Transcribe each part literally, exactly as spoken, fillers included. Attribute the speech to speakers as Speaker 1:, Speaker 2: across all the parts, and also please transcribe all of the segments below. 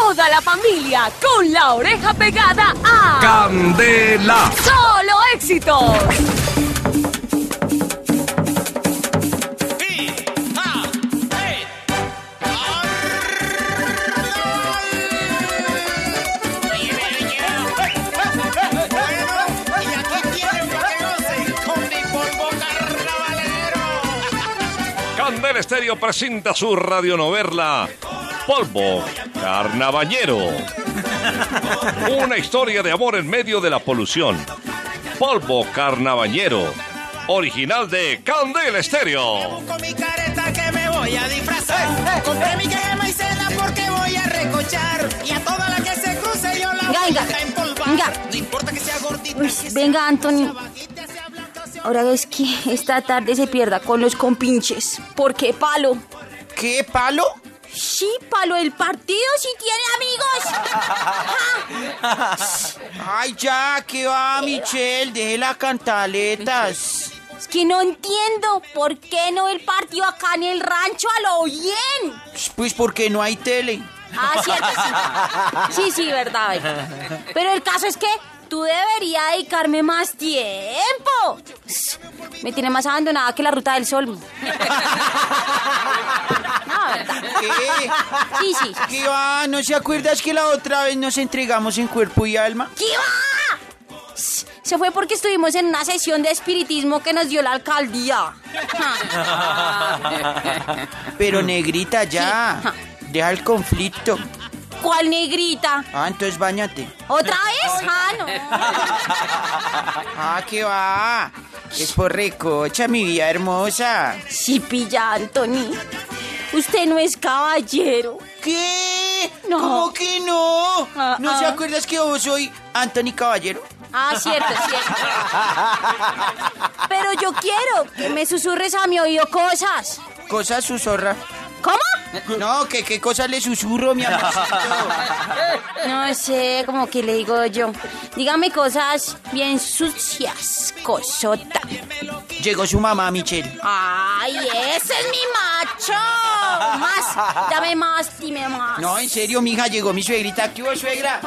Speaker 1: toda la familia con la oreja pegada a
Speaker 2: Candela.
Speaker 1: ¡Solo éxitos!
Speaker 2: Candela Estéreo presenta su radionovela Polvo Carnavalero. Una historia de amor en medio de la polución. Polvo Carnavalero, original de Candela Estéreo.
Speaker 3: Con mi careta que me voy a disfrazar. Compré mi caja de maicena porque voy a recochar. Y a toda la que se cruce yo la
Speaker 4: Venga,
Speaker 3: voy
Speaker 4: venga.
Speaker 3: a empolvar.
Speaker 4: Venga.
Speaker 3: No importa que sea gordita.
Speaker 4: Uy,
Speaker 3: que
Speaker 4: venga,
Speaker 3: sea
Speaker 4: Anthony.
Speaker 3: sea bajita, sea blanca, sea
Speaker 4: Ahora es que esta tarde se pierda con los compinches. ¿Por qué palo?
Speaker 3: ¿Qué palo?
Speaker 4: Sí, palo, el partido sí tiene amigos.
Speaker 3: Ay, ya, ¿qué va, Michelle? Deje las cantaletas.
Speaker 4: Es que no entiendo por qué no el partido acá en el rancho a lo bien.
Speaker 3: Pues porque no hay tele.
Speaker 4: Ah, cierto, sí. Sí, sí, verdad. Beca. Pero el caso es que tú deberías dedicarme más tiempo. Me tiene más abandonada que la Ruta del Sol. No, verdad.
Speaker 3: ¿Qué?
Speaker 4: Sí, sí.
Speaker 3: ¿Qué va? ¿No se acuerdas que la otra vez nos entregamos en cuerpo y alma?
Speaker 4: ¿Qué va? Se fue porque estuvimos en una sesión de espiritismo que nos dio la alcaldía.
Speaker 3: Pero negrita, ya.
Speaker 4: Sí.
Speaker 3: Deja el conflicto.
Speaker 4: ¿Cuál negrita?
Speaker 3: Ah, entonces báñate.
Speaker 4: ¿Otra vez? Ah, no.
Speaker 3: Ah, ¿qué va? Es por recocha, mi vida hermosa.
Speaker 4: Sí, pilla, Anthony. Usted no es caballero.
Speaker 3: ¿Qué?
Speaker 4: No.
Speaker 3: ¿Cómo que no?
Speaker 4: Ah,
Speaker 3: ¿No
Speaker 4: ah.
Speaker 3: se acuerdas que yo soy Anthony Caballero?
Speaker 4: Ah, cierto, cierto. Pero yo quiero que me susurres a mi oído cosas.
Speaker 3: Cosas susurra.
Speaker 4: ¿Cómo?
Speaker 3: No, que qué cosas le susurro, mi amorcito.
Speaker 4: No sé, como que le digo yo. Dígame cosas bien sucias, cosota.
Speaker 3: Llegó su mamá, Michelle.
Speaker 4: ¡Ay, ese es mi macho! Más, dame más, dime más.
Speaker 3: No, en serio, mija, llegó mi suegrita. ¿Qué hubo, suegra?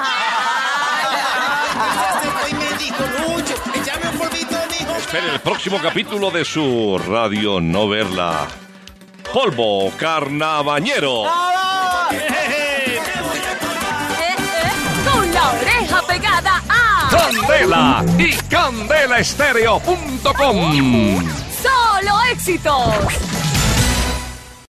Speaker 5: Y me dijo, Lucho, échame un polvito, mijo.
Speaker 2: Espere el próximo capítulo de su radionovela Polvo Carnavalero.
Speaker 1: Eh, eh, con la oreja pegada a
Speaker 2: Candela y candela estéreo punto com.
Speaker 1: ¡Solo éxitos!